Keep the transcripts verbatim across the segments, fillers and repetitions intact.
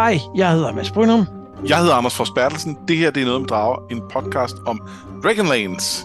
Hej, jeg hedder Mads Brynum. Jeg hedder Anders Fors Bertelsen. Det her det er Noget med Drager, en podcast om Dragonlance.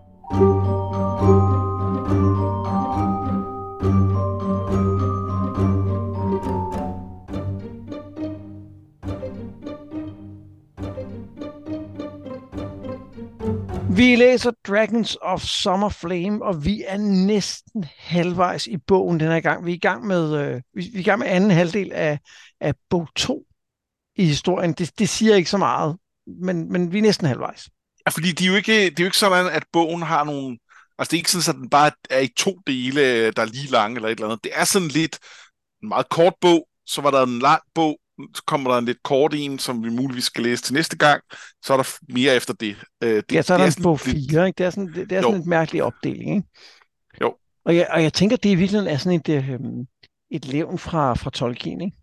Vi læser Dragons of Summer Flame, og vi er næsten halvvejs i bogen den her gang. Vi er i gang med, øh, vi, vi er i gang med anden halvdel af, af bog to i historien. Det, det siger ikke så meget, men, men vi er næsten halvvejs. Ja, fordi det er jo ikke, det er jo ikke sådan, at bogen har nogle... Altså, det er ikke sådan, at den bare er i to dele, der er lige lange eller et eller andet. Det er sådan lidt en meget kort bog, så var der en lang bog, så kommer der en lidt kort en, som vi muligvis skal læse til næste gang, så er der mere efter det. det Ja, så er der en bog lidt... fire, ikke? Det er sådan, det, det er sådan en mærkelig opdeling, ikke? Jo. Og jeg, og jeg tænker, det i virkeligheden er sådan et, øh, et levn fra, fra Tolkien, ikke?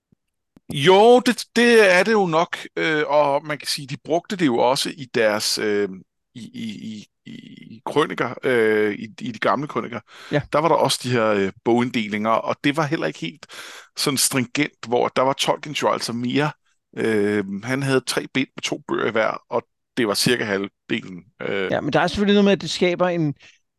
Jo, det, det er det jo nok, øh, og man kan sige, de brugte det jo også i deres øh, i, i, i, i krøniker, øh, i, i de gamle krøniker. Ja. Der var der også de her øh, boginddelinger, og det var heller ikke helt sådan stringent, hvor der var Tolkien jo altså mere. Øh, han havde tre bind med to bøger i hver, og det var cirka halvdelen. Øh. Ja, men der er selvfølgelig noget med, at det skaber en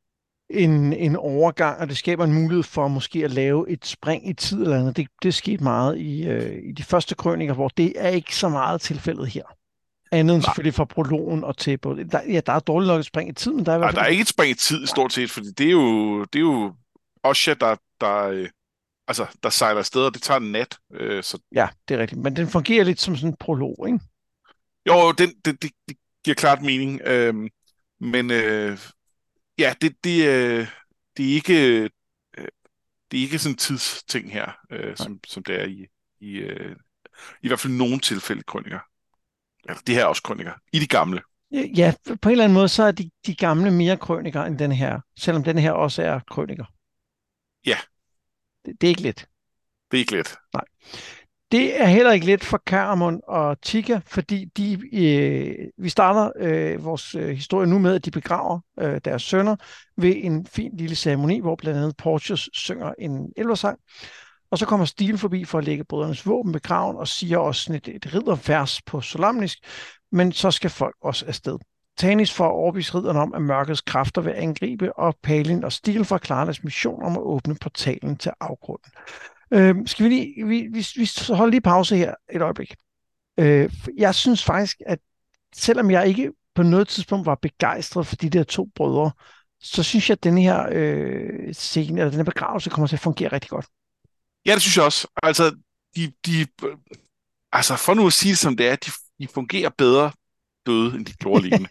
En, en overgang, og det skaber en mulighed for måske at lave et spring i tid eller andet. Det, det er sket meget i, øh, i de første krøniker, hvor det er ikke så meget tilfældet her. Andet end selvfølgelig fra prologen og til... Der, ja, der er dårligt nok et spring i tid, men der er i hvert Nej, fald... der er ikke et spring i tid stort set, fordi det er jo, det er jo Osha, der, der, øh, altså, der sejler afsted, og det tager en nat. Øh, så... Ja, det er rigtigt. Men den fungerer lidt som sådan en prolog, ikke? Jo, den, det, det, det giver klart mening. Øh, men øh, ja, det, det, øh, det er ikke øh, det er ikke sådan en tidsting her, øh, som, som det er i, i, øh, i hvert fald nogle tilfælde krøniker. Altså, det her er også krøniker. I de gamle. Ja, på en eller anden måde, så er de, de gamle mere krøniker end den her, selvom den her også er krøniker. Ja. Det, det er ikke let. Det er ikke let. Nej. Det er heller ikke let for Caramon og Tika, fordi de, øh, vi starter øh, vores øh, historie nu med, at de begraver øh, deres sønner ved en fin lille ceremoni, hvor blandt andet Portius synger en elversang. Og så kommer Steel forbi for at lægge brødrenes våben ved graven og siger også sådan et, et riddervers på solamnisk, men så skal folk også afsted. Tanis får overbevist ridderne om, at mørkets kræfter vil angribe, og Palin og Steel får klaret deres mission om at åbne portalen til afgrunden. Øh, skal vi lige, vi, vi, vi holder lige pause her et øjeblik. Øh, jeg synes faktisk, at selvom jeg ikke på noget tidspunkt var begejstret for de der to brødre, så synes jeg, at den her øh, scene, eller den her begravelse kommer til at fungere rigtig godt. Ja, det synes jeg også. Altså, de, de, altså for nu at sige det som det er, de, de fungerer bedre døde, end de gjorde liggende.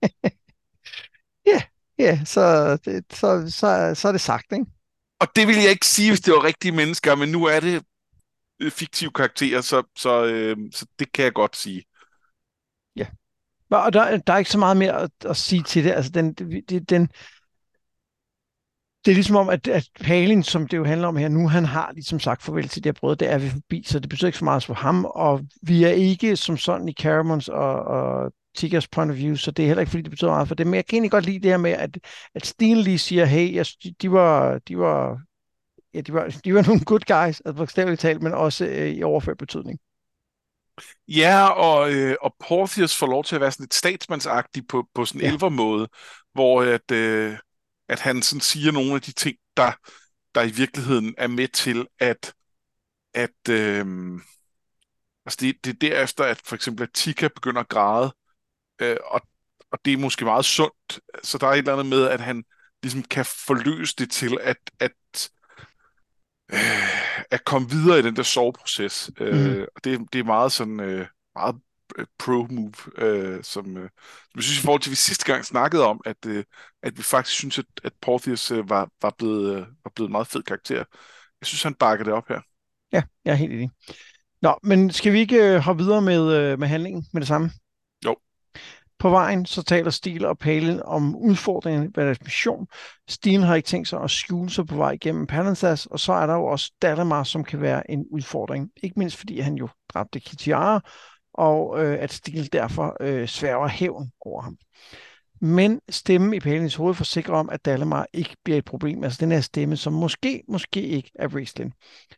Ja, ja, så, det, så, så, så er det sagt, ikke? Og det ville jeg ikke sige, hvis det var rigtige mennesker, men nu er det fiktive karakterer, så, så, øh, så det kan jeg godt sige. Ja, og der, der er ikke så meget mere at, at sige til det. Altså, den, det, den, det er ligesom om, at, at Palin, som det jo handler om her nu, han har ligesom sagt farvel til de her brødre, det er vi forbi, så det betyder ikke så meget for ham, og vi er ikke som sådan i Caramons og, og Tikas point of view, så det er heller ikke, fordi det betyder meget for dem, men jeg kan egentlig godt lide det her med, at, at Stine lige siger, hey, jeg, de var, de var, ja, de var, de var nogle good guys, altså bogstaveligt talt, men også øh, i overført betydning. Ja, og, øh, og Portheus får lov til at være sådan lidt statsmandsagtig på, på sådan en Ja. elvermåde, hvor at, øh, at han sådan siger nogle af de ting, der, der i virkeligheden er med til at, at øh, altså det, det er derefter, at for eksempel at Tika begynder at græde, øh, og, og det er måske meget sundt, så der er et eller andet med, at han ligesom kan forløse det til at, at øh, at komme videre i den der soveproces. Mm. Øh, og det, det er meget sådan øh, meget pro-move, øh, som, øh, som jeg synes i forhold til, at vi sidste gang snakkede om, at, øh, at vi faktisk synes, at, at Portheus øh, var, var, blevet, øh, var blevet en meget fed karakter. Jeg synes, han bakker det op her. Ja, jeg er helt enig. Nå, men skal vi ikke øh, hoppe videre med, øh, med handlingen med det samme? Jo. På vejen så taler Steel og Palin om udfordringen ved deres mission. Steel har ikke tænkt sig at skjule sig på vej igennem Palanthas, og så er der jo også Dalamar, som kan være en udfordring. Ikke mindst fordi han jo dræbte Kitiara, og øh, at Steel derfor øh, sværger hævn over ham. Men stemmen i Palins hoved forsikrer om, at Dalamar ikke bliver et problem. Altså den her stemme, som måske, måske ikke er Raistlin.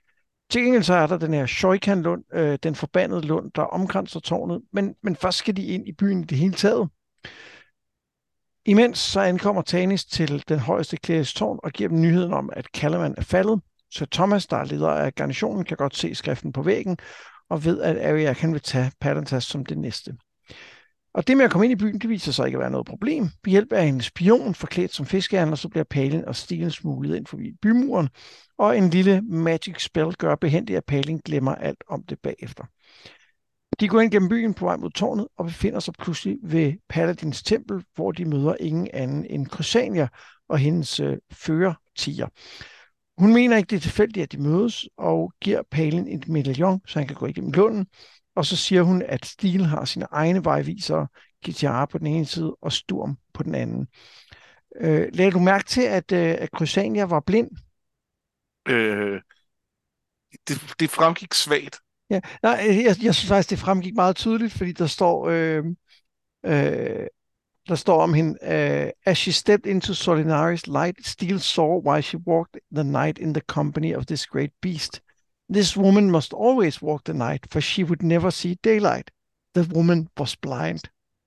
Til gengæld så er der den her Shoikan-lund, øh, den forbandede lund, der omkranser tårnet, men, men først skal de ind i byen i det hele taget. Imens så ankommer Tanis til den højeste klædes tårn og giver dem nyheden om, at Calaman er faldet. Så Thomas, der er leder af garnisonen, kan godt se skriften på væggen og ved, at Arya kan vil tage Palantas som det næste. Og det med at komme ind i byen, det viser sig ikke at være noget problem. Ved hjælp af en spion forklædt som fiskehandler, så bliver Palin og Steel smuglet ind forbi bymuren, og en lille magic spell gør behændigt, at Palin glemmer alt om det bagefter. De går ind gennem byen på vej mod tårnet og befinder sig pludselig ved Paladins tempel, hvor de møder ingen anden end Crysania og hendes øh, førertiger. Hun mener ikke, det er tilfældigt, at de mødes, og giver Palin et medaljon, så han kan gå igennem lunden. Og så siger hun, at Steel har sine egne vejvisere, Kitara på den ene side og Sturm på den anden. Øh, lagde du mærke til, at, øh, at Crysania var blind? Øh, det, det fremgik svagt. Ja, nej, jeg, jeg synes faktisk, det fremgik meget tydeligt, fordi der står, øh, øh, der står om hende, uh, as she stepped into Solinaris light, Steel saw why she walked the night in the company of this great beast. This woman must always walk the night, for she would never see daylight. The woman was blind.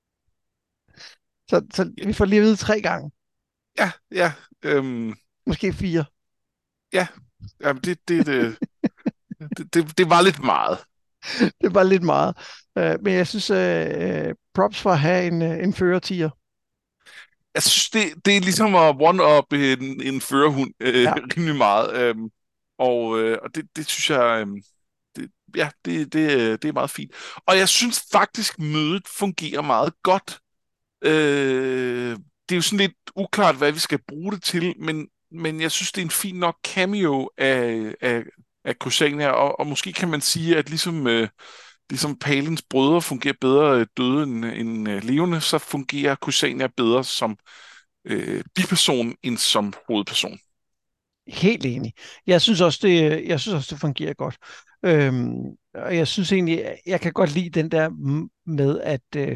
Så, så vi får lige at vide tre gange. Ja, ja. Øhm, Måske fire. ja, jamen det, det, det, det, det, det var lidt meget. Det var lidt meget. Uh, men jeg synes, uh, props for at have en, uh, en førertiger. Jeg synes, det, det er ligesom at one-up en, en førerhund øh, Ja. rimelig meget. Øhm, og øh, og det, det synes jeg, øh, det, ja, det, det, det er meget fint. Og jeg synes faktisk, mødet fungerer meget godt. Øh, det er jo sådan lidt uklart, hvad vi skal bruge det til, men, men jeg synes, det er en fin nok cameo af, af, af Crysania, og, og måske kan man sige, at ligesom, øh, ligesom Palins brødre fungerer bedre øh, døde end, end øh, levende, så fungerer Crysania bedre som øh, biperson end som hovedperson. Helt enig. Jeg synes også, det, jeg synes også, det fungerer godt. Øhm, og jeg synes egentlig, jeg kan godt lide den der m- med, at, øh,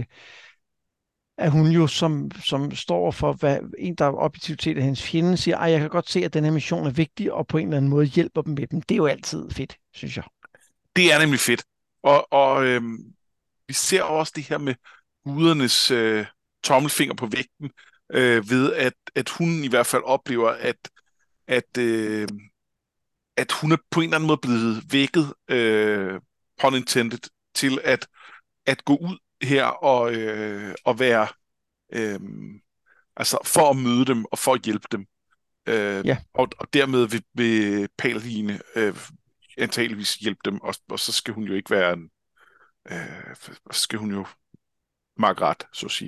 at hun jo som, som står for, hvad en, der er objektivitet af hendes fjende, siger, ej, jeg kan godt se, at den her mission er vigtig, og på en eller anden måde hjælper dem med dem. Det er jo altid fedt, synes jeg. Det er nemlig fedt. Og, og øh, vi ser også det her med gudernes øh, tommelfinger på vægten, øh, ved at, at hun i hvert fald oplever, at, at, øh, at hun er på en eller anden måde blevet vækket, øh, pun intended, til at, at gå ud her og, øh, og være, øh, altså for at møde dem og for at hjælpe dem. Øh, Ja. og, og dermed vil, vil Paladine øh, antageligvis hjælpe dem, og, og så skal hun jo ikke være en, øh, så skal hun jo Margaret, så at sige.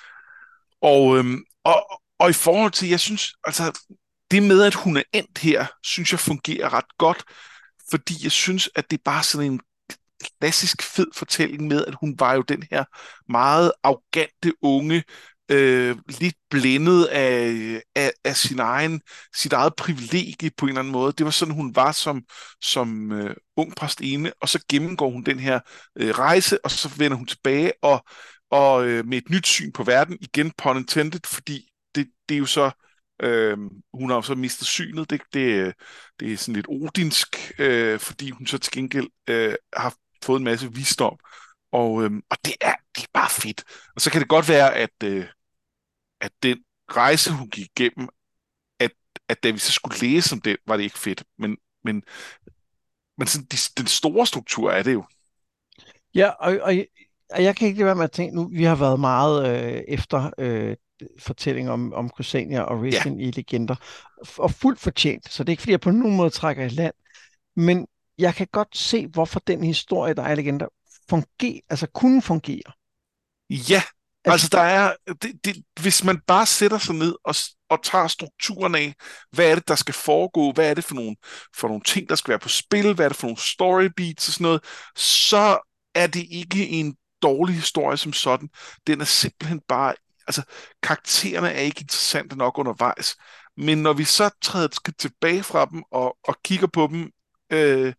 Og, øhm, og, og i forhold til, jeg synes, altså, det med, at hun er endt her, synes jeg fungerer ret godt, fordi jeg synes, at det er bare sådan en klassisk fed fortælling med, at hun var jo den her meget arrogante unge, øh, lidt blændet af, af, af sin egen, sit eget privilegie på en eller anden måde. Det var sådan, hun var som, som øh, ung præstinde, og så gennemgår hun den her øh, rejse, og så vender hun tilbage, og, og øh, med et nyt syn på verden, igen pun intended, fordi det, det er jo så, øh, hun har jo så mistet synet, det, det, det er sådan lidt odinsk, øh, fordi hun så til gengæld øh, har fået en masse visdom, og, øhm, og det, er, det er bare fedt. Og så kan det godt være, at, øh, at den rejse, hun gik igennem, at, at da vi så skulle læse om det, var det ikke fedt. Men, men, men sådan, de, den store struktur er det jo. Ja, og, og, og jeg kan ikke lade være med at tænke, nu vi har været meget øh, efter øh, fortællinger om, om Crysania og Racing ja. i Legender, og fuldt fortjent, så det er ikke fordi, jeg på nogen måde trækker i land, men jeg kan godt se, hvorfor den historie, der er i Legender, funger, altså kunne fungere. Ja, altså der er, det, det, hvis man bare sætter sig ned og, og tager strukturen af, hvad er det, der skal foregå, hvad er det for nogle, for nogle ting, der skal være på spil, hvad er det for nogle storybeats og sådan noget, så er det ikke en dårlig historie som sådan. Den er simpelthen bare, altså karaktererne er ikke interessante nok undervejs, men når vi så træder et skridt tilbage fra dem og, og kigger på dem, øh,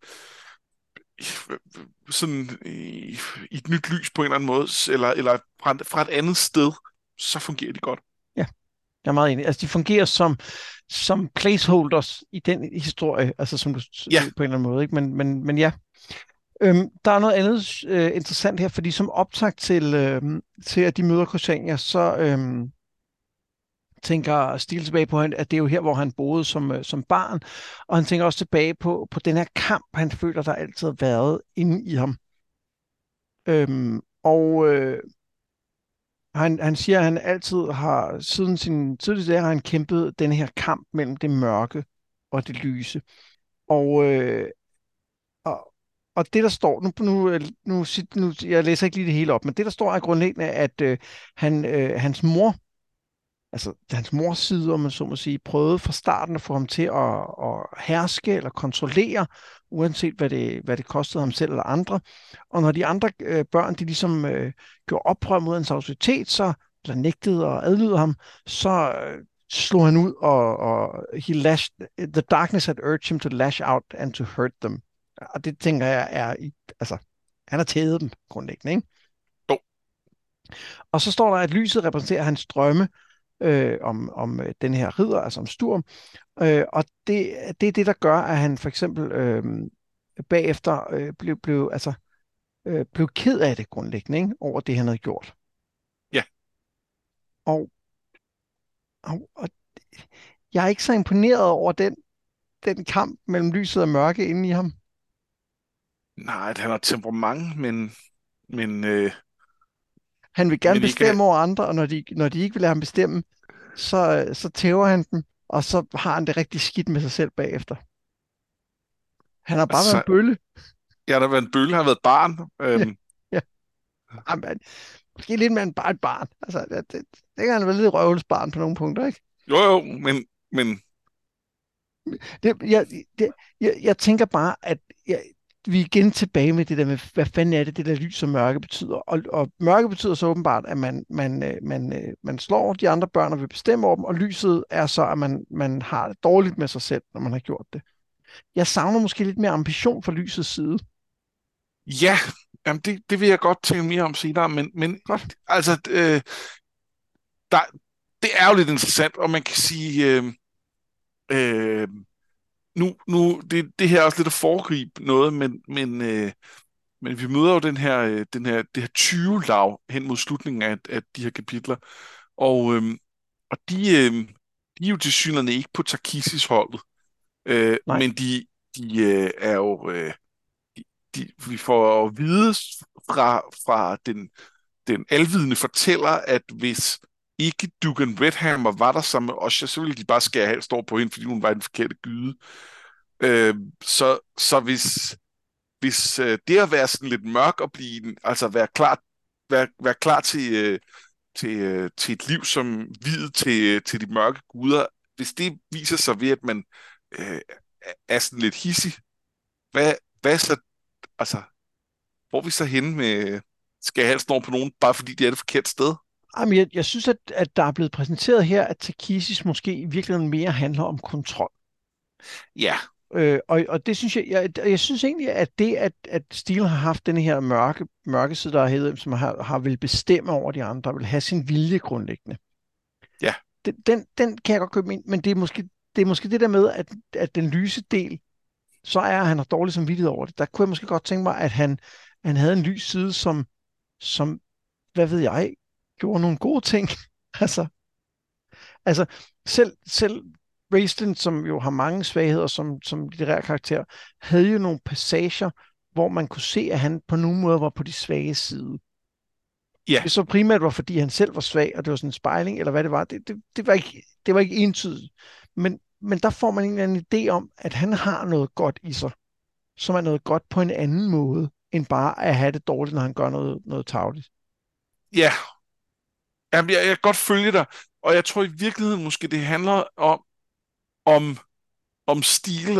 sådan i, i et nyt lys på en eller anden måde, eller, eller fra, fra et andet sted, så fungerer de godt. Ja, jeg er meget enig. Altså, de fungerer som, som placeholders i den historie, altså som du Ja, på en eller anden måde, ikke? Men, men, men ja. Øhm, der er noget andet øh, interessant her, fordi som optakt til, øh, til at de møder Crysania, så øh, tænker Steele tilbage på, at det er jo her, hvor han boede som, øh, som barn, og han tænker også tilbage på, på den her kamp, han føler, der altid har været inde i ham. Øhm, og øh, han, han siger, at han altid har, siden sin tidligste dage, har han kæmpet den her kamp mellem det mørke og det lyse. Og, øh, og, og det, der står, nu, nu, nu, nu, jeg læser ikke lige det hele op, men det, der står, er grundlæggende, at øh, han, øh, hans mor, altså hans mors side, om man så må sige, prøvede fra starten at få ham til at, at herske eller kontrollere, uanset hvad det, hvad det kostede ham selv eller andre. Og når de andre øh, børn, de ligesom øh, gjorde oprør mod hans autoritet, så, eller nægtede og adlyde ham, så øh, slog han ud, og, og he lashed, the darkness had urged him to lash out and to hurt them. Og det tænker jeg er, i, altså, han har tædet dem grundlæggende, ikke? jo, Og så står der, at lyset repræsenterer hans drømme, øh, om, om øh, den her ridder, altså om Sturm. Øh, og det, det er det, der gør, at han for eksempel øh, bagefter øh, blev, blev, altså, øh, blev ked af det grundlæggende, ikke? Over det, han havde gjort. ja. Og, og, og jeg er ikke så imponeret over den, den kamp mellem lyset og mørke inde i ham. Nej, han har temperament, men, men, øh, Han vil gerne men ikke... bestemme over andre, og når de, når de ikke vil lade ham bestemme, så, så tæver han dem, og så har han det rigtig skidt med sig selv bagefter. Han har bare været Altså, en bølle. jeg har da været en bølle, har været barn. Ja, Øhm, ja. Jamen, måske lidt mere end bare et barn. Altså, det, det, det kan han være lidt røvelsbarn på nogle punkter, ikke? jo, jo, men, men Det, jeg, det, jeg, jeg tænker bare, at jeg, vi er igen tilbage med det der med, hvad fanden er det, det der lys og mørke betyder. Og, og mørke betyder så åbenbart, at man, man, øh, man, øh, man slår de andre børn og vil bestemme over dem, og lyset er så, at man, man har det dårligt med sig selv, når man har gjort det. Jeg savner måske lidt mere ambition fra lysets side. ja, jamen det, det vil jeg godt tale mere om senere, men, men Godt. altså, øh, der, det er jo lidt interessant, og man kan sige, øh, øh, nu, nu det, det her er også lidt at foregribe noget, men, men, øh, men vi møder jo den her, øh, den her, det her tyve-lag hen mod slutningen af, af de her kapitler, og, øh, og de, øh, de er jo tilsyneladende ikke på Takisis holdet, øh, Nej. men de, de øh, er jo, øh, de, de, vi får at vide fra, fra den den alvidende fortæller, at hvis ikke Dugan Redhammer var der sammen med Osha, så ville de bare skære halvt over på hende, fordi hun var i den forkerte gyde. Øh, så, så hvis, hvis øh, det at være sådan lidt mørk og blive, altså være klar, være, være klar til, øh, til, øh, til et liv som vid til, til de mørke guder, hvis det viser sig ved, at man øh, er sådan lidt hissig, hvad, hvad så, altså, hvor er vi så henne med, skal jeg helst over på nogen, bare fordi de er det forkerte sted? Jamen, jeg, jeg synes, at, at der er blevet præsenteret her, at Takisis måske i virkeligheden mere handler om kontrol. Ja, Øh, og, og det synes jeg, jeg, jeg synes egentlig, at det, at, at Steele har haft den her mørke, mørke side, der er hedder, som har, har vil bestemme over de andre, vil have sin vilje grundlæggende. ja, Den, den, den kan jeg godt købe ind, men det er måske det, er måske det der med, at, at den lyse del, så er han har dårlig samvittighed over det. Der kunne jeg måske godt tænke mig, at han, han havde en lys side, som, som, hvad ved jeg, gjorde nogle gode ting. altså, altså selv, selv Raistlin, som jo har mange svagheder som, som litterær karakter, havde jo nogle passager, hvor man kunne se, at han på nogen måde var på de svage side. ja, Det så primært var, fordi han selv var svag, og det var sådan en spejling, eller hvad det var. Det, det, det, var, ikke, det var ikke entydigt. Men, men der får man en eller anden idé om, at han har noget godt i sig, som er noget godt på en anden måde, end bare at have det dårligt, når han gør noget, noget tarveligt. ja. Jamen, jeg, jeg kan godt følge dig, og jeg tror i virkeligheden måske, det handler om, om, om Steele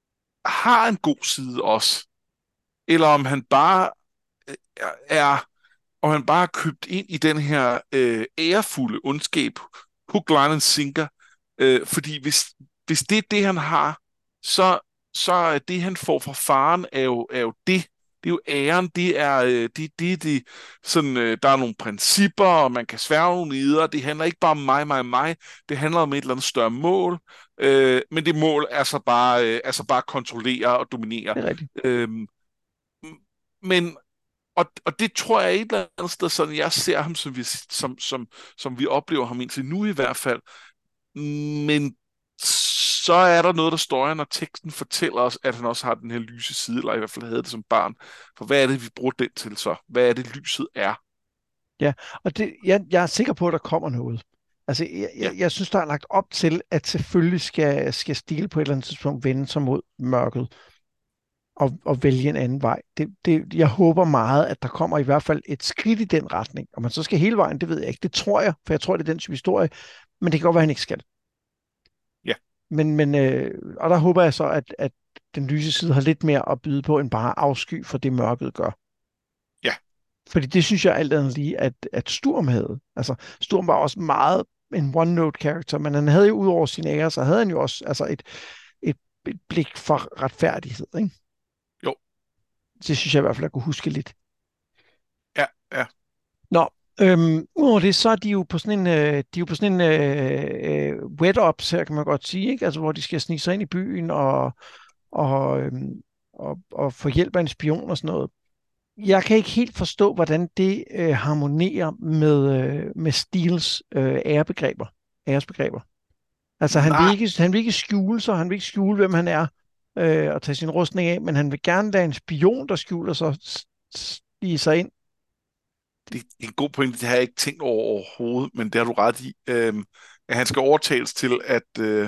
har en god side også, eller om han bare øh, er, om han bare er købt ind i den her øh, ærefulde ondskab, hook, line and sinker, øh, fordi hvis, hvis det er det, han har, så, så er det, han får fra faren, er jo, er jo det, det er jo æren, det er, øh, det, det, det, sådan, øh, der er nogle principper, og man kan sværge nogle idéer. Det handler ikke bare om mig, mig, mig. Det handler om et eller andet større mål. Øh, men det mål er så bare, øh, er så bare at kontrollere og dominere. Det er rigtigt. Øhm, men og, og det tror jeg er et eller andet sted, sådan jeg ser ham, som vi, som, som, som vi oplever ham indtil nu i hvert fald. Men så er der noget, der står, når teksten fortæller os, at han også har den her lyse side, eller i hvert fald havde det som barn. For hvad er det, vi bruger den til så? Hvad er det, lyset er? Ja, og det, jeg, jeg er sikker på, at der kommer noget. Altså, jeg, Ja, jeg, jeg synes, der er lagt op til, at selvfølgelig skal, skal Steel på et eller andet tidspunkt vende sig mod mørket og, og vælge en anden vej. Det, det, jeg håber meget, at der kommer i hvert fald et skridt i den retning. Om man så skal hele vejen, det ved jeg ikke. Det tror jeg, for jeg tror, det er den type historie. Men det kan godt være, at han ikke skal. ja, Men, men øh, og der håber jeg så, at, at den lyse side har lidt mere at byde på, end bare afsky for det, mørket gør. ja. Fordi det synes jeg alt andet lige, at, at Sturm havde. Altså, Sturm var også meget en one-note character, men han havde jo ud over sine ære, så havde han jo også altså et, et, et blik for retfærdighed, ikke? Jo, Det synes jeg i hvert fald, jeg kunne huske lidt. ja, ja. Nå, øhm, udover det, så er de jo på sådan en, øh, de er jo på sådan en øh, øh, wet-ups her, kan man godt sige, ikke? Altså, hvor de skal snige sig ind i byen og, og, øhm, og, og få hjælp af en spion og sådan noget. Jeg kan ikke helt forstå, hvordan det øh, harmonerer med, øh, med Steels øh, ærebegreber, æresbegreber. Altså, han vil Nej, ikke, han vil ikke skjule sig, han vil ikke skjule, hvem han er, øh, og tage sin rustning af, men han vil gerne lade en spion, der skjuler sig, s- snige sig ind. det er en god pointe, det har jeg ikke tænkt over overhovedet, men det har du ret i. Øhm, at han skal overtales til, at, øh,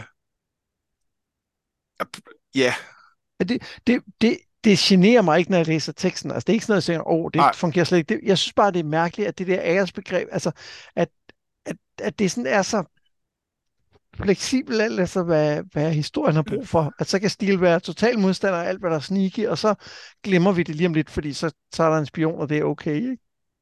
at ja, Men Det, det, det, det generer mig ikke, når jeg læser teksten. Altså, det er ikke sådan noget, jeg siger, åh, oh, det nej, fungerer slet ikke. Det, jeg synes bare, det er mærkeligt, at det der æresbegreb, altså, at, at, at det sådan er så fleksibelt, alt altså, hvad, hvad historien har brug for. At så kan Steel være total modstander af alt, hvad der er sneaky, og så glemmer vi det lige om lidt, fordi så, så er der en spion, og det er okay, ikke?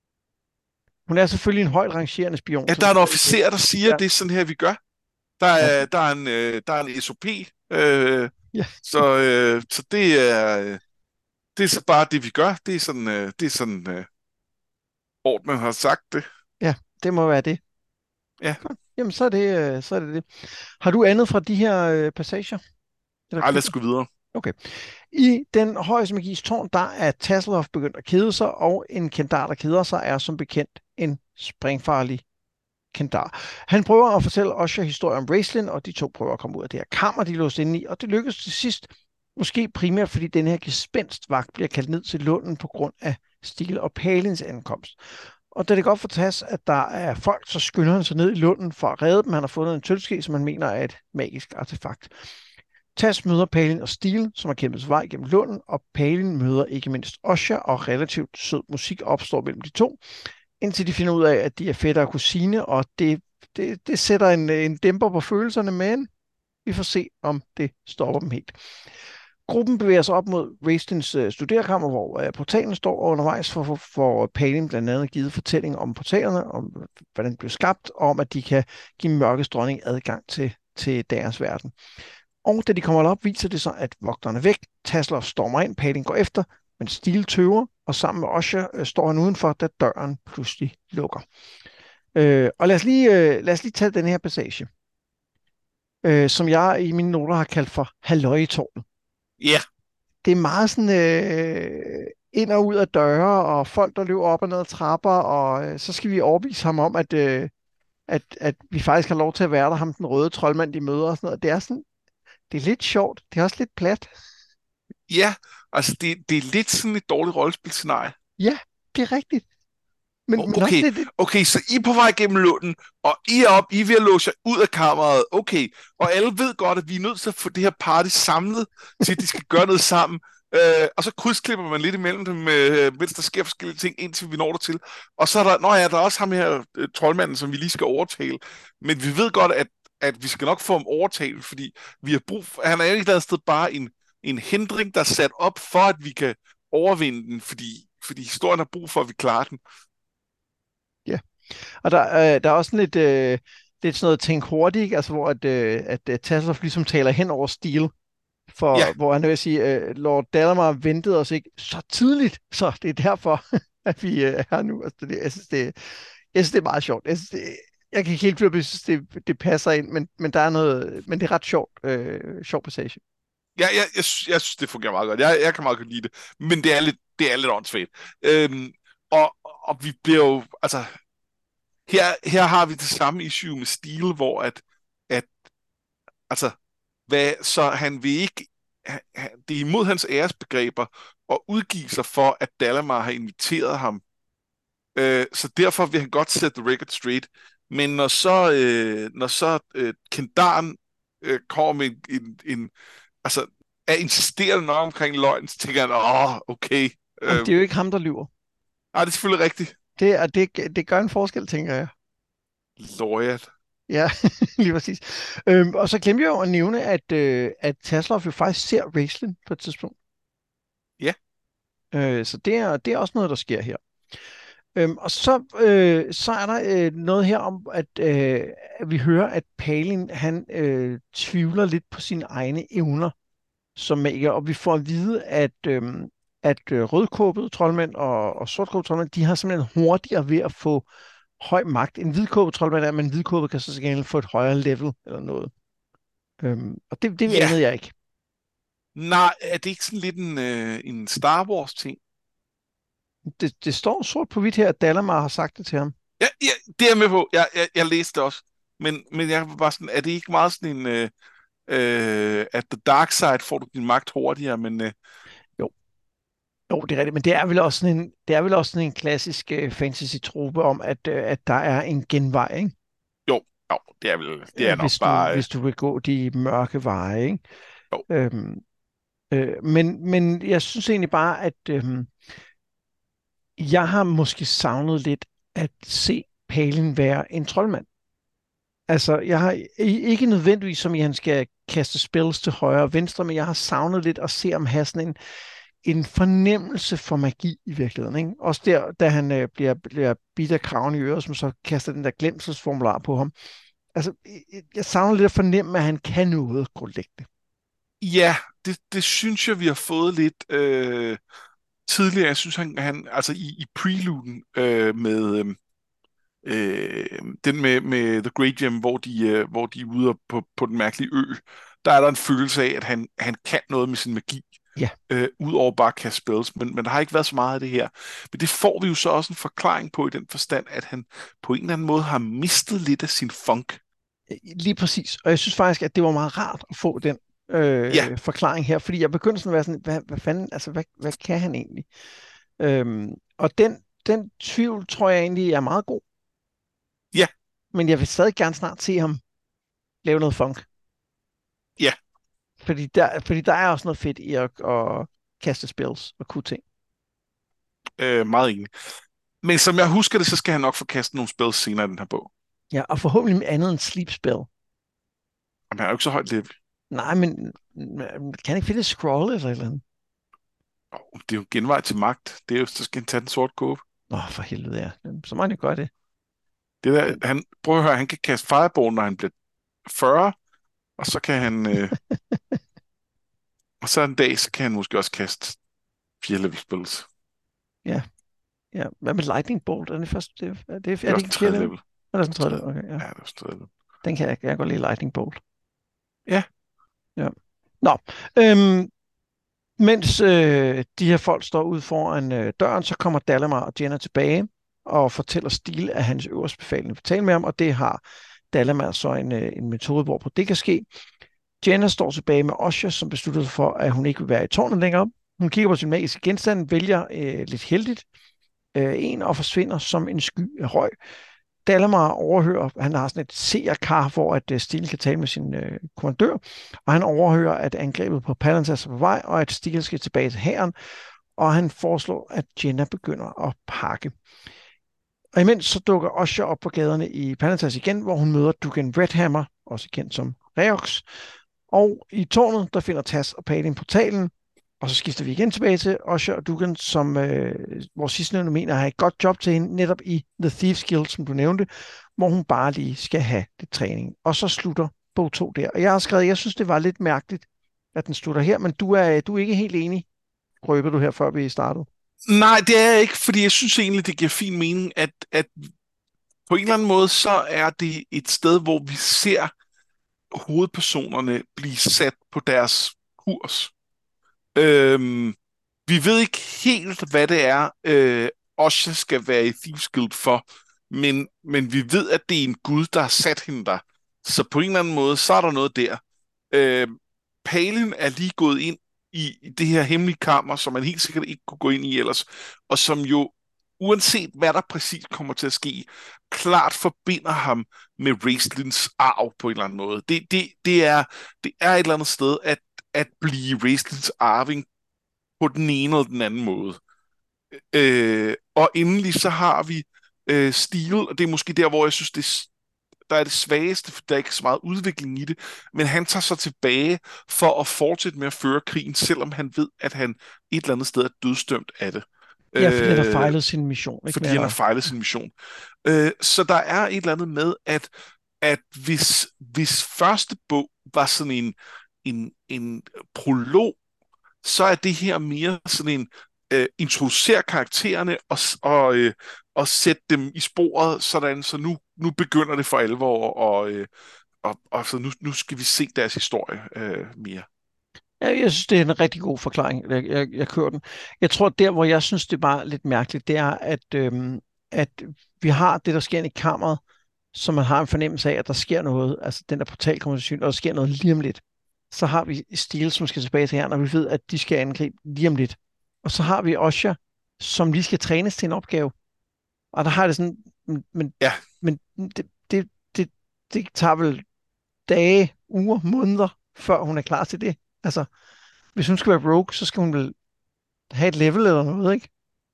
Hun er selvfølgelig en højt rangerende spion, ja, som der er en skal det. officer, der siger, Ja, det er sådan her, vi gør. Der ja, er, der er en, øh, der er en S O P, øh, ja, så, øh, så det er, øh, det er så bare det, vi gør. Det er sådan, øh, det er sådan, øh, Ortman har sagt det. ja, det må være det. Ja, Godt. Jamen, så er det, øh, så er det det. Har du andet fra de her øh, passager? Eller ej, lad os kapitler? gå videre. Okay. I den højeste magis tårn, der er Tasselhoff begyndt at kede sig, og en kendar, der keder sig, er som bekendt en springfarlig kendar. Han prøver at fortælle Osher historien om Raistlin, og de to prøver at komme ud af det her kammer, de er låst inde i, og det lykkes til sidst, måske primært fordi den her gespenstvagt bliver kaldt ned til lunden på grund af Steel og Palins ankomst. Og da det godt fortæs, at der er folk, så skynder han sig ned i lunden for at redde dem. Han har fundet en tølske, som han mener er et magisk artefakt. Tas møder Palin og Steel, som har kæmpet sig vej gennem lunden, og Palin møder ikke mindst Osher, og relativt sød musik opstår mellem de to, indtil de finder ud af, at de er fætter og kusine, og det, det, det sætter en, en dæmper på følelserne, men vi får se, om det stopper dem helt. Gruppen bevæger sig op mod Raistins uh, studerekammer, hvor uh, portalen står, og undervejs for, for, for Palin blandt andet givet fortælling om portalerne, om hvordan de blev skabt, og om at de kan give mørkets dronning adgang til, til deres verden. Og da de kommer op, viser det sig, at vogterne er væk. Tasselhoff stormer ind, Palin går efter, men Steel tøver, og sammen med Osher øh, står han udenfor, da døren pludselig lukker. Øh, og lad os, lige, øh, lad os lige tage den her passage, øh, som jeg i mine noter har kaldt for halløj i tårnet. Ja, Det er meget sådan øh, ind og ud af døre, og folk, der løber op og ned ad trapper, og øh, så skal vi overbevise ham om, at, øh, at, at vi faktisk har lov til at være der, ham den røde troldmand, de møder og sådan noget. Det er sådan, det er lidt sjovt, det er også lidt plat. ja, altså det, det er lidt sådan et dårligt rollespilscenarie. Ja, det er rigtigt. Men, O- men også Okay, det, det, okay, så I er på vej gennem lunden, og I er op, I er ved at låse jer ud af kammeret. Okay, og alle ved godt, at vi er nødt til at få det her party samlet, til at de skal gøre noget sammen. Øh, og så krydsklipper man lidt imellem dem, øh, mens der sker forskellige ting, indtil vi når der til. Og så er der, nå ja, der er også ham her, øh, troldmanden, som vi lige skal overtale. Men vi ved godt, at, at vi skal nok få ham overtalt, fordi vi har brug for, han er jo ikke et eller andet sted bare en, en hindring, der er sat op for, at vi kan overvinde den, fordi, fordi historien har brug for, at vi klarer den. ja. Og der, øh, der er også sådan lidt, øh, lidt sådan noget tænk hurtigt, ikke? Altså hvor at, øh, at uh, Tasselhoff ligesom taler hen over Steel. for, Ja, hvor han vil sige, uh, Lord Dalamar ventede os ikke så tidligt, så det er derfor, at vi uh, er her nu. Altså, det, jeg, synes, det, jeg synes, det er meget sjovt. Jeg, synes, det, jeg kan ikke helt finde, jeg synes, det, det passer ind, men, men der er noget, men det er ret sjovt, uh, sjov passage. ja, jeg, jeg, sy- jeg synes, det fungerer meget godt. Jeg, jeg kan meget godt lide det, men det er lidt, det er lidt åndssvagt. Øhm, og, og vi bliver jo, altså, her, her har vi det samme issue med Steel, hvor at, at altså, hvad, så han vil ikke, han, han- det er imod hans æresbegreber at udgive sig for, at Dalamar har inviteret ham. Øh, så derfor vil han godt sætte the record straight. Men når så, øh, når så øh, Kendaren øh, kommer med en, en, en, altså, er insisterende nok omkring løgn, så tænker han, åh, okay. Jamen, Øh, det er jo ikke ham, der lyver. ej, det er selvfølgelig rigtigt. Det, er, det, det gør en forskel, tænker jeg. Loyal. Ja, lige præcis. Øhm, og så glemte jeg jo at nævne, at, øh, at Taslov jo faktisk ser Raistlin på et tidspunkt. Ja, Øh, så det er, det er også noget, der sker her. Øhm, og så, øh, så er der øh, noget her om, at, øh, at vi hører, at Palin han øh, tvivler lidt på sine egne evner som magiker, og vi får at vide, at, øh, at øh, rødkåbede troldmænd og, og sortkåbede troldmænd, de har simpelthen hurtigere ved at få høj magt. En hvidkåbet troldmand er, men en hvidkåbet kan så til gengæld få et højere level eller noget. Øhm, og det, det ja. anede jeg ikke. Nej, er det ikke sådan lidt en, øh, en Star Wars-ting? Det, det står sort på hvidt her, at Dalamar har sagt det til ham. Ja, ja, det er jeg med på. Jeg, jeg, jeg læste det også. Men, men jeg var bare sådan, er det ikke meget sådan en, øh, øh, at the dark side får du din magt hurtigere, men øh, Jo, jo, det er rigtigt, men det er vel også sådan en, det er vel også sådan en klassisk uh, fantasy-trope om, at, uh, at der er en genvej, ikke? jo, jo, det er vel, det er Øh, nok Hvis du, bare, øh, hvis du vil gå de mørke veje, ikke? jo, Øhm, øh, men, men jeg synes egentlig bare, at øhm, jeg har måske savnet lidt at se Palin være en troldmand. Altså, jeg har i- ikke nødvendigvis, som i han skal kaste spells til højre og venstre, men jeg har savnet lidt at se ham have sådan en, en fornemmelse for magi i virkeligheden. Ikke? Også der, da han øh, bliver, bliver bidt af kraven i øret, som så kaster den der glemselsformular på ham. Altså, jeg, jeg savner lidt at fornemme, at han kan noget grundlæggende. ja, det, det synes jeg, vi har fået lidt øh, tidligere. Jeg synes, han, han altså i, i preluden øh, med øh, øh, den med, med The Great Gem, hvor de, øh, hvor de er ude på, på den mærkelige ø, der er der en følelse af, at han, han kan noget med sin magi. Ja, Øh, Udover bare at kaste spells, men, men der har ikke været så meget af det her. Men det får vi jo så også en forklaring på i den forstand, at han på en eller anden måde har mistet lidt af sin funk. lige præcis. Og jeg synes faktisk, at det var meget rart at få den Ja, øh, forklaring her, fordi jeg begyndte sådan at være sådan, hvad, hvad fanden, altså, hvad, hvad kan han egentlig? Øhm, og den, den tvivl, tror jeg egentlig er meget god. ja, Men jeg vil stadig gerne snart se ham lave noget funk. ja, Fordi der, fordi der er også noget fedt i at, at kaste spells og kunne ting. øh, meget enig. Men som jeg husker det, så skal han nok få kastet nogle spells senere i den her bog. Ja, og forhåbentlig med andet end sleep spell. Jamen, han er jo ikke så højt level. Nej, men men kan han ikke finde et scroll eller et eller andet? Oh, det er jo en genvej til magt. Det er jo, så skal han tage den sorte kåbe. Nå, for helvede, ja. Så må han jo gøre det. Det der, han, prøv at høre, han kan kaste fireball, når han bliver fyrre, og så kan han, øh, og så en dag, så kan han måske også kaste fire level spells. Ja, ja. Hvad med lightning bolt? Er det først? Det, er, det, er, Det er er det også ikke tredje fjerde? level. Er det sådan tredje? Tredje. Okay, ja. Ja, det er også tredje level. Den kan jeg, jeg kan godt lide lightning bolt. Ja, Ja. Nå, øhm, mens øh, de her folk står ude foran øh, døren, så kommer Dalamar og Jenna tilbage og fortæller Steel, at hans øverste befaling vil tale med ham, og det har Dalamar så en, øh, en metode, hvorpå det kan ske. Jenna står tilbage med Osha, som beslutter sig for, at hun ikke vil være i tårnet længere. Hun kigger på sin magiske genstand, vælger øh, lidt heldigt øh, en og forsvinder som en sky af røg. Dalamar overhører, han har sådan et seerkar, hvor at uh, Steel kan tale med sin uh, kommandør, og han overhører, at angrebet på Palantir er på vej, og at Steel skal tilbage til hæren, og han foreslår, at Jenna begynder at pakke. Og imens så dukker Osha op på gaderne i Palantir igen, hvor hun møder Dugan Redhammer, også kendt som Reox, og i tårnet, der finder Tas og Palin portalen, og så skifter vi igen tilbage til Osha og Dugan, som øh, vores sidstnævnte mener har et godt job til hende, netop i The Thieves Guild, som du nævnte, hvor hun bare lige skal have det træning. Og så slutter bog to der. Og jeg har skrevet, jeg synes, det var lidt mærkeligt, at den slutter her, men du er, du er ikke helt enig, røber du her, før vi startede. Nej, det er jeg ikke, fordi jeg synes egentlig, det giver fin mening, at, at på en eller anden måde, så er det et sted, hvor vi ser hovedpersonerne blive sat på deres kurs. Øhm, vi ved ikke helt, hvad det er, øh, Osha skal være i Thieves Guild for, men, men vi ved, at det er en gud, der har sat hende der. Så på en eller anden måde, så er der noget der. Øh, Palin er lige gået ind i, i det her hemmelige kammer, som man helt sikkert ikke kunne gå ind i ellers, og som jo, uanset hvad der præcis kommer til at ske, klart forbinder ham med Raistlins arv på en eller anden måde. Det, det, det, er, det er et eller andet sted at, at blive Raistlins arving på den ene eller den anden måde. Øh, og endelig så har vi øh, Steel, og det er måske der, hvor jeg synes, det, der er det svageste, for der er ikke så meget udvikling i det, men han tager sig tilbage for at fortsætte med at føre krigen, selvom han ved, at han et eller andet sted er dødsdømt af det. Ja, fordi han har Øh, fejlet sin mission, ikke fordi mere han har dig. fejlet sin mission. Øh, så der er et eller andet med, at, at hvis, hvis første bog var sådan en, en, en prolog, så er det her mere sådan en øh, introducere karaktererne og, og, øh, og sætte dem i sporet, sådan så nu, nu begynder det for alvor, og, øh, og, og så nu, nu skal vi se deres historie øh, mere. Ja, jeg synes, det er en rigtig god forklaring. Jeg, jeg, jeg kører den. Jeg tror, der, hvor jeg synes, det er bare lidt mærkeligt, det er, at, øhm, at vi har det, der sker i kammeret, så man har en fornemmelse af, at der sker noget. Altså, den der portal kommer til syn, og der sker noget lige om lidt. Så har vi Steel, som skal tilbage til her, og vi ved, at de skal angribe lige om lidt. Og så har vi Osha, som lige skal trænes til en opgave. Og der har det sådan, men, men, Ja, men det, det, det, det tager vel dage, uger, måneder, før hun er klar til det. Altså, hvis hun skal være rogue, så skal hun vel have et level eller noget, ikke?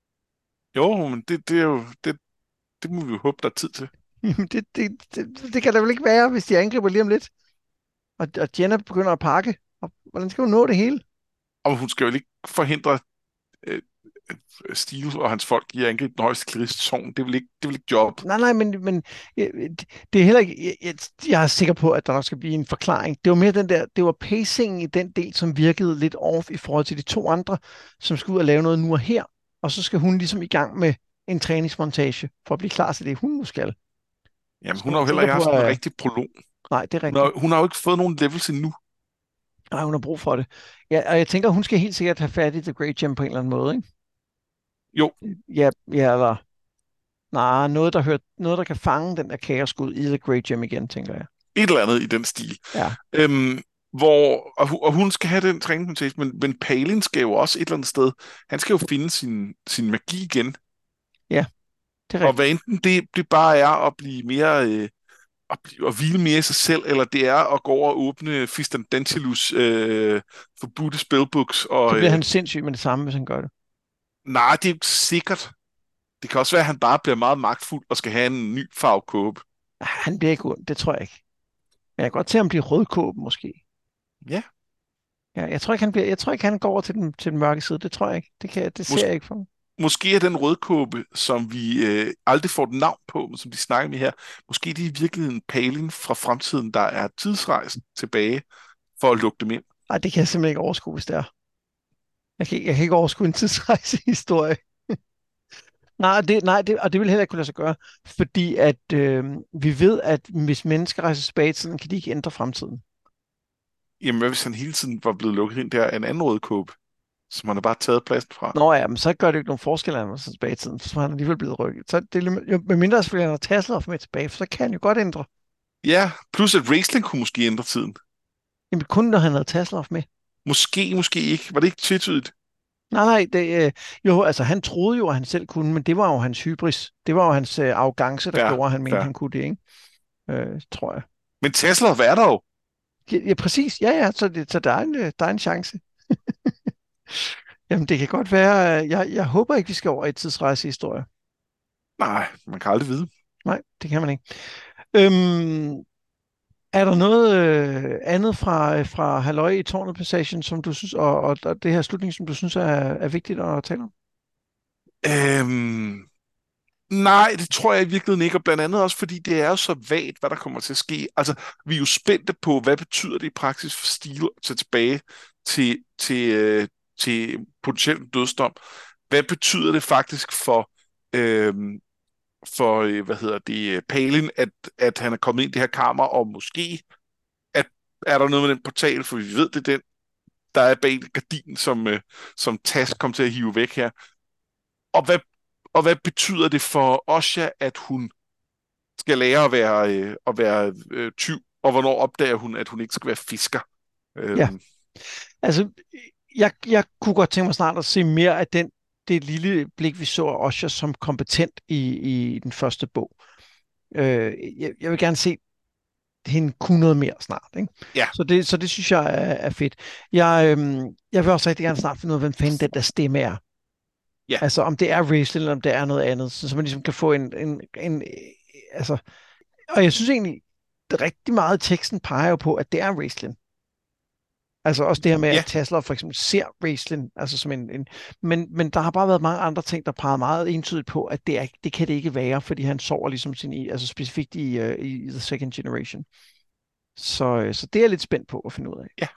jo, men det, det er jo, det, det må vi jo håbe, der er tid til. Jamen, det, det, det, det kan der vel ikke være, hvis de angriber lige om lidt. Og, og Jenna begynder at pakke. Og hvordan skal hun nå det hele? Og hun skal jo ikke forhindre øh, Steel og hans folk i at angribe den højeste klerist sogn. Det er vel ikke, det er vel ikke job. Nej, nej, men, men øh, det, det er heller ikke... Jeg, jeg, jeg er sikker på, at der nok skal blive en forklaring. Det var mere den der... Det var pacingen i den del, som virkede lidt off i forhold til de to andre, som skal ud og lave noget nu og her. Og så skal hun ligesom i gang med en træningsmontage for at blive klar til det, hun nu skal. Jamen, Så hun jeg har er jo heller sikker ikke på, haft en at... rigtig prolog. Nej, det er Hun har, rigtigt. hun har jo ikke fået nogen levels endnu. Nej, hun har brug for det. Ja, og jeg tænker, hun skal helt sikkert have fat i The Great Gem på en eller anden måde, ikke? Jo, Ja, ja, eller... Nej, noget, der, hører, noget, der kan fange den der kaoskud i The Great Gem igen, tænker jeg. et eller andet i den stil. Ja, Øhm, hvor, og, hu- og hun skal have den træningsmontage, men, men Palin skal jo også et eller andet sted, han skal jo finde sin, sin magi igen. ja, det er Og hvad rigtigt. enten det, det bare er at blive mere, øh, at, blive, at hvile mere i sig selv, eller det er at gå over og åbne Fistandentilus øh, forbudte spellbooks. Så Og, bliver øh, han sindssyg med det samme, hvis han gør det. nej, det er ikke sikkert. Det kan også være, at han bare bliver meget magtfuld og skal have en ny farvekåbe. Ah, han bliver ikke ond, det tror jeg ikke. Men jeg kan godt se ham blive rødkåben, måske. Ja, Ja, jeg tror ikke, han bliver, jeg tror ikke, han går over til den, til den mørke side. Det tror jeg ikke. Det, kan, det ser mås- jeg ikke for mig. måske er den rødkåbe, som vi øh, aldrig får et navn på, men som de snakker med her, måske det er i virkeligheden Palin fra fremtiden, der er tidsrejst tilbage for at lukke dem ind. Nej, det kan jeg simpelthen ikke overskue, hvis det er. Jeg kan, jeg kan ikke overskue en tidsrejsehistorie. Nej, det, nej det, og det vil heller ikke kunne lade sig gøre, fordi at øh, vi ved, at hvis mennesker rejser tilbage i tiden, kan de ikke ændre fremtiden. Jamen, hvad hvis han hele tiden var blevet lukket ind der af en anden rødkåbe, som han har bare taget pladsen fra? Nå ja, men så gør det jo ikke nogen forskel, at han var så tilbage i tiden, for så er han alligevel blevet rykket. Så det, er jo, med mindre selvfølgelig, han har Tasselhoff med tilbage, for så kan han jo godt ændre. Ja, plus at Raistlin kunne måske ændre tiden. Jamen kun når han havde Tasselhoff med. Måske, måske ikke. Var det ikke tvetydigt? Nej, nej, det, øh, jo, altså han troede jo, at han selv kunne, men det var jo hans hybris. Det var jo hans øh, arrogance, der Ja, gjorde, at han mente, ja. han kunne det, ikke? Øh, tror jeg. Men Tesla er der jo. Ja, ja præcis. Ja, ja, så, det, så der, er en, øh, der er en chance. Jamen, det kan godt være. øh, Jeg, jeg håber ikke, vi skal over i tidsrejsehistorie. Nej, man kan aldrig vide. Nej, det kan man ikke. Øhm, er der noget øh, andet fra, øh, fra Halløj i Tårnet Passagen, som du synes, og, og, og det her slutning, som du synes er, er vigtigt at tale om? Øhm, Nej, det tror jeg i virkeligheden ikke, og blandt andet også, fordi det er jo så vagt, hvad der kommer til at ske. Altså, vi er jo spændte på, hvad betyder det i praksis for Steel at tage tilbage til, til, øh, til potentielt dødsdom? Hvad betyder det faktisk for, øh, for øh, hvad hedder det, Palin, at, at han er kommet ind i det her kammer, og måske at, er der noget med den portal, for vi ved, det er den, der er bag gardinen, som, øh, som Task kom til at hive væk her. Og hvad, og hvad betyder det for Osha, at hun skal lære at være, øh, at være øh, tyv, og hvornår opdager hun, at hun ikke skal være fisker? Ja, Øhm, altså, jeg, jeg kunne godt tænke mig snart at se mere af den, det lille blik, vi så af Osha som kompetent i, i den første bog. Øh, jeg, jeg vil gerne se hende kunne noget mere snart, ikke? ja, Så det, så det synes jeg er, er fedt. Jeg, øhm, jeg vil også rigtig gerne snart finde ud af, hvem fanden den der stemme er. ja, Altså, om det er Raistlin, eller om det er noget andet, så, så man ligesom kan få en, en, en, altså, og jeg synes egentlig, at rigtig meget af teksten peger jo på, at det er Raistlin. Altså også det her med, ja, at Tesla for eksempel ser Raistlin, altså som en, en men, men der har bare været mange andre ting, der peger meget entydigt på, at det, er, det kan det ikke være, fordi han sover ligesom sin, i, altså specifikt i, uh, i The Second Generation. Så, øh, så det er jeg lidt spændt på at finde ud af. ja.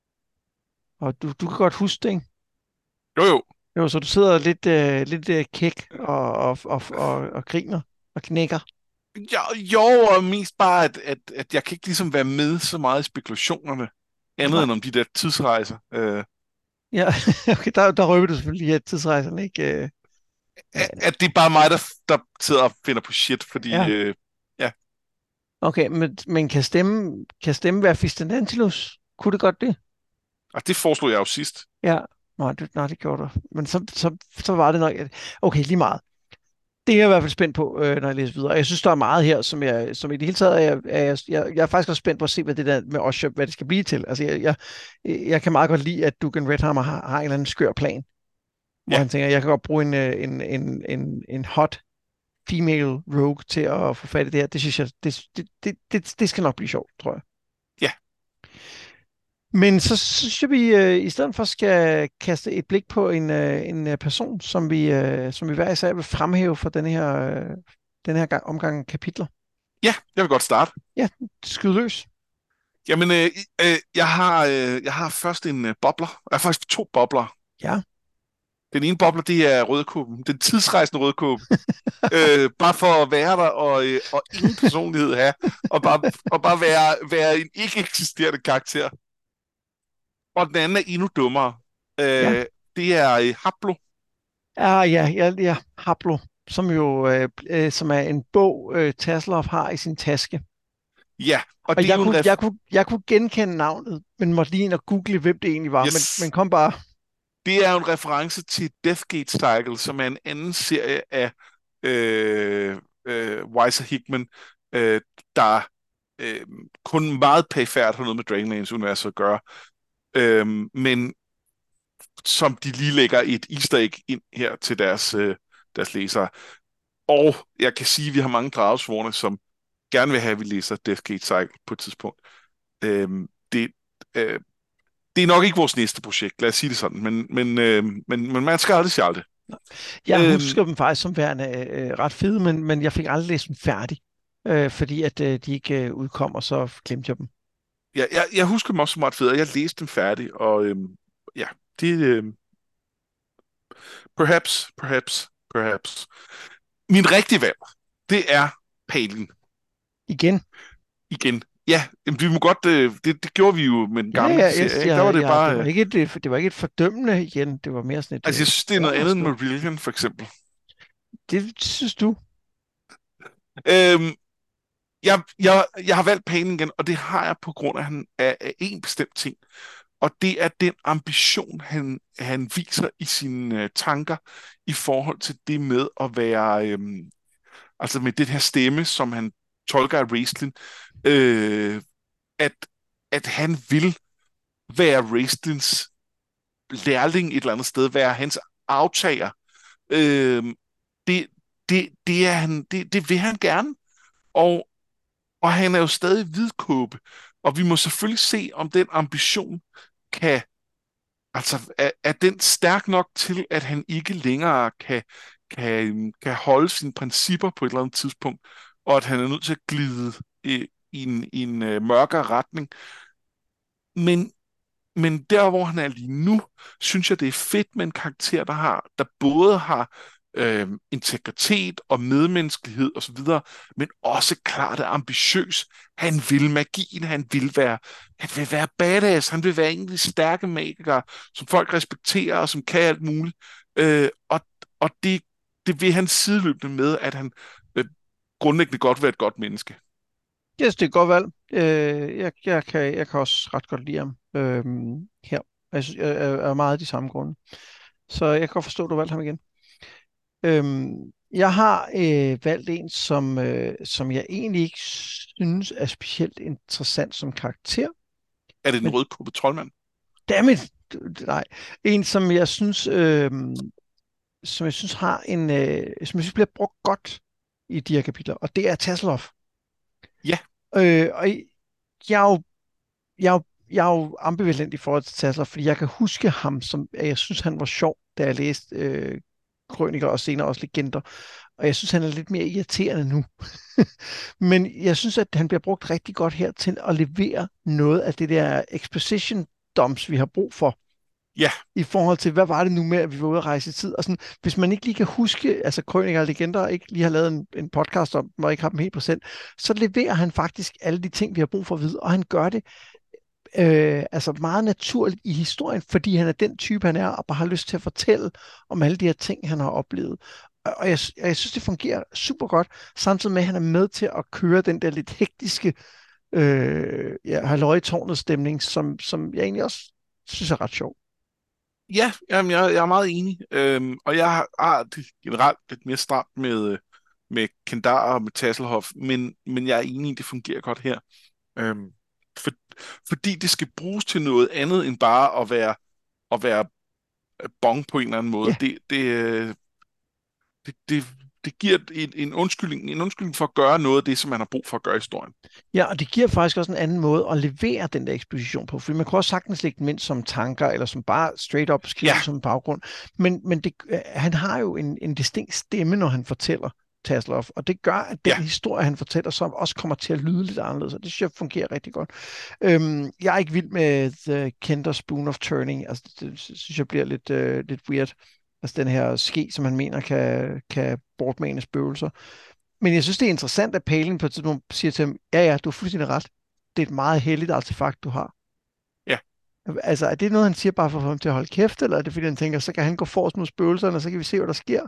Og du, du kan godt huske det, ikke? Jo, jo. Jo, så du sidder lidt, øh, lidt øh, kæk og, og, og, og, og griner og knækker. Jo, jo, og mest bare, at, at, at jeg kan ikke ligesom være med så meget i spekulationerne, andet Nej. end om de der tidsrejser. Øh, Ja, okay, der, der røber du selvfølgelig lige, at tidsrejserne ikke... Øh, ja, at, at det er bare mig, der, der sidder og finder på shit, fordi... ja. Øh, ja, Okay, men, men kan stemme, kan stemme være Fistenantilus? Kunne det godt det? og det foreslog jeg jo sidst. Ja, nej, det, nej, det gjorde du. Men så, så, så var det nok... Okay, lige meget. Det er jeg i hvert fald spændt på, øh, når jeg læser videre. Jeg synes, der er meget her, som, jeg, som i det hele taget er, jeg, er jeg, jeg, jeg er faktisk også spændt på at se, hvad det der med Osha, hvad det skal blive til. Altså, jeg, jeg, jeg kan meget godt lide, at Dugan Redhammer har, har en eller anden skør plan, hvor Ja, han tænker, jeg kan godt bruge en, øh, en, en, en, en hot female rogue til at få fat i det her. Det synes jeg, det, det, det, det, det skal nok blive sjovt, tror jeg. ja, Men så synes jeg, vi øh, i stedet for skal kaste et blik på en, øh, en øh, person, som vi, øh, som vi hver især vil fremhæve for den her, øh, den her gang, omgang kapitler. ja, jeg vil godt starte. Ja, skyd løs. Jamen, øh, øh, jeg, har, øh, jeg har først en øh, bobler. Jeg har faktisk to bobler. Ja. Den ene bobler, det er rødkåben. Den tidsrejsende rødkåbe. øh, bare for at være der og, øh, og ingen personlighed have. Og bare, og bare være, være en ikke eksisterende karakter. Og den anden er endnu dummere. Ja. Øh, det er øh, Hablo. Ah, ja, ja, ja, Hablo, som jo øh, øh, som er en bog, øh, Tasselhoff har i sin taske. Ja, og Og det er jeg jo en kunne, ref... jeg, kunne, jeg kunne genkende navnet, men måtte lige ind og google, hvem det egentlig var. Men, Yes. men kom bare. Det er jo en reference til Deathgate Cycle, som er en anden serie af øh, øh, Weiser Hickman, øh, der øh, kun meget perifært har noget med Dragonlance universet at gøre, øh, men som de lige lægger et easter egg ind her til deres, øh, deres læsere. Og jeg kan sige, at vi har mange dragesvorne, som gerne vil have, at vi læser Deathgate Cycle på et tidspunkt. Øh, det, øh, det er nok ikke vores næste projekt, lad os sige det sådan, men, men, øh, men, men man skal aldrig sige aldrig. Jeg Øhm, husker dem faktisk som værende øh, ret fede, men, men jeg fik aldrig læst dem færdig, øh, fordi at øh, de ikke øh, udkom, og så glemte jeg dem. Ja, jeg, jeg husker dem også som ret fede, og jeg læste dem færdig, og øhm, ja, det øhm, perhaps, perhaps, perhaps. Min rigtige valg, det er Palin Igen. igen. Ja, jamen, vi må godt, øh, det, det gjorde vi jo med den Ja, gamle ja, jeg, serie, ikke? Der var jeg, det jeg, bare, det var øh, ikke et, øh, det var ikke et fordømmende igen, det var mere sådan et altså jeg øh, synes, det er noget andet end overstået. Marillion, for eksempel. Det synes du? Øhm, jeg, jeg, jeg har valgt Palin igen, og det har jeg på grund af, han, af, af en bestemt ting. Og det er den ambition, han, han viser i sine øh, tanker i forhold til det med at være, øh, altså med den her stemme, som han tolker af Raistlin, øh, at, at han vil være Raistlins lærling et eller andet sted, være hans aftager. Øh, det, det, det, er han, det, det vil han gerne, og, og han er jo stadig hvidkåbe, og vi må selvfølgelig se, om den ambition kan, altså er, er den stærk nok til, at han ikke længere kan kan, kan holde sine principper på et eller andet tidspunkt, og at han er nødt til at glide i, i en, i en øh, mørkere retning. Men, men der, hvor han er lige nu, synes jeg, det er fedt med en karakter, der har, der både har øh, integritet og medmenneskelighed osv., men også klart er ambitiøs. Han vil magien, han vil være, han vil være badass, han vil være en af de stærke magikere, som folk respekterer og som kan alt muligt. Øh, og og det, det vil han sideløbende med, at han øh, grundlæggende godt vil være et godt menneske. Jeg synes, det er et godt valg. Øh, jeg, jeg, kan, jeg kan også ret godt lide ham øh, her. Jeg synes, jeg er er meget af de samme grunde. Så jeg kan godt forstå, at du valgte ham igen. Øhm, jeg har øh, valgt en, som, øh, som jeg egentlig ikke synes er specielt interessant som karakter. Er det den Men rødkåbede troldmand? dammit, d- nej. En, som jeg synes, øh, som jeg synes har en, øh, som jeg synes bliver brugt godt i de her kapitler, og det er Tasselhoff. Ja, Øh, og jeg er jo, jeg er jo, jeg er jo ambivalent i forhold til Tasselhoff, fordi jeg kan huske ham, som at jeg synes, han var sjov, da jeg læste øh, krøniker og senere også legender. Og jeg synes, han er lidt mere irriterende nu. Men jeg synes, at han bliver brugt rigtig godt her til at levere noget af det der exposition dumps, vi har brug for. ja, I forhold til, hvad var det nu med, at vi var ude at rejse i tid? Og sådan, hvis man ikke lige kan huske, altså krøniker og legender, ikke lige har lavet en, en podcast om dem, og ikke har dem helt procent, så leverer han faktisk alle de ting, vi har brug for at vide, og han gør det øh, altså meget naturligt i historien, fordi han er den type, han er, og bare har lyst til at fortælle om alle de her ting, han har oplevet. Og og jeg, og jeg synes, det fungerer super godt, samtidig med, at han er med til at køre den der lidt hektiske øh, ja, halløj i tårnet stemning, som, som jeg egentlig også synes er ret sjov. ja, jamen, jeg, jeg er meget enig. Øhm, og jeg har, har det generelt lidt mere stramt med, øh, med Kendar og med Tasselhoff, men, men jeg er enig i, at det fungerer godt her. Øhm, for, fordi det skal bruges til noget andet end bare at være, at være øh, bong på en eller anden måde. Ja, Det, det, øh, det, det, det giver en, en undskyldning, en undskyldning for at gøre noget af det, som man har brug for at gøre i historien. ja, og det giver faktisk også en anden måde at levere den der eksposition på, for man kan også sagtens lægge den ind som tanker, eller som bare straight up Ja, skrive som baggrund, men, men det, øh, han har jo en, en distinkt stemme, når han fortæller Tasselhoff, og det gør, at den ja, historie, han fortæller, så også kommer til at lyde lidt anderledes, og det synes jeg fungerer rigtig godt. Øhm, jeg er ikke vild med The Kinder Spoon of Turning, altså det synes jeg bliver lidt, øh, lidt weird, altså den her ske, som han mener kan, kan bortmane spøgelser. Men jeg synes, det er interessant, at Palin på et tidspunkt siger til ham, ja, ja, du har fuldstændig ret. Det er et meget heldigt artefakt, du har. ja. Altså, er det noget, han siger bare for at få ham til at holde kæft, eller er det fordi, han tænker, så kan han gå forrest mod spøgelserne, og så kan vi se, hvad der sker?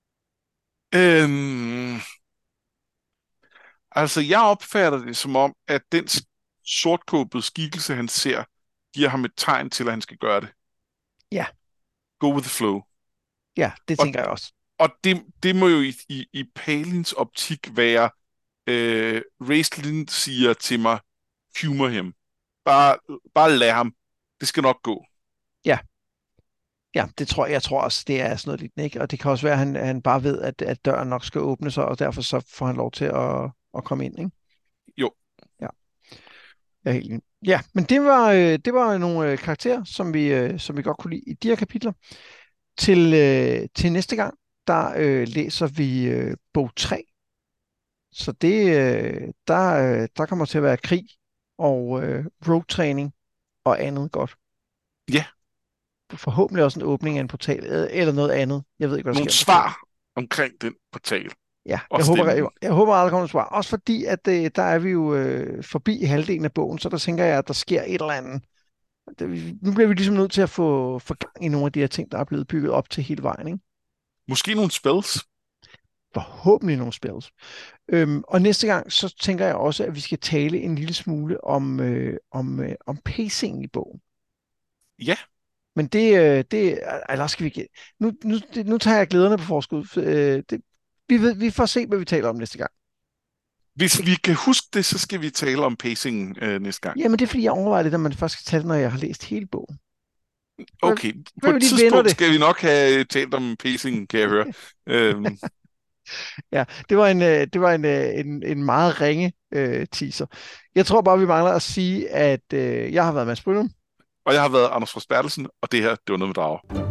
Øhm, altså, jeg opfatter det som om, at den s- sortkåbede skikkelse, han ser, giver ham et tegn til, at han skal gøre det. Ja, Go with the flow. ja, det Og, tænker jeg også. og det, det må jo i, i, i Palins optik være, øh, Raistlin siger til mig, humor him. Bare, bare lad ham. Det skal nok gå. Ja, ja, det tror jeg, jeg tror også, det er sådan noget lignende, ikke? Og det kan også være, at han, han bare ved, at, at døren nok skal åbne sig, og derfor så får han lov til at, at komme ind, ikke? Jo, Ja, jeg er helt enig. Ja, men det var, øh, det var nogle øh, karakterer, som vi, øh, som vi godt kunne lide i de her kapitler. Til, øh, til næste gang, der øh, læser vi øh, bog tre. Så det, øh, der, øh, der kommer til at være krig og øh, rogue-træning og andet godt. ja. Forhåbentlig også en åbning af en portal, øh, eller noget andet. Jeg ved ikke, hvad der Nogle sker. Portal. svar omkring den portal Ja, og jeg håber, jeg, stemningen. jeg håber aldrig kommer et svar. Også fordi, at øh, der er vi jo øh, forbi halvdelen af bogen, så der tænker jeg, at der sker et eller andet. Det, nu bliver vi ligesom nødt til at få, få gang i nogle af de her ting, der er blevet bygget op til hele vejen, ikke? Måske nogle spells. Forhåbentlig nogle spells. Øhm, og næste gang, så tænker jeg også, at vi skal tale en lille smule om, øh, om, øh, om pacing i bogen. Ja, Men det, øh, det eller skal vi ikke... Nu, nu, det, nu tager jeg glæderne på forskud. Øh, det, vi, ved, vi får se, hvad vi taler om næste gang. hvis vi kan huske det, så skal vi tale om pacingen øh, næste gang. Jamen, det er fordi, jeg overvejer lidt, at man først skal tage det, når jeg har læst hele bogen. Okay, på Hvad et vi lige vender tidspunkt det? skal vi nok have talt om pacingen, kan jeg høre. øhm, Ja, det var en, øh, det var en, øh, en, en meget ringe øh, teaser. Jeg tror bare, vi mangler at sige, at øh, jeg har været Mads Brynum. og jeg har været Anders Forsbergelsen, og det her, det var noget med drager.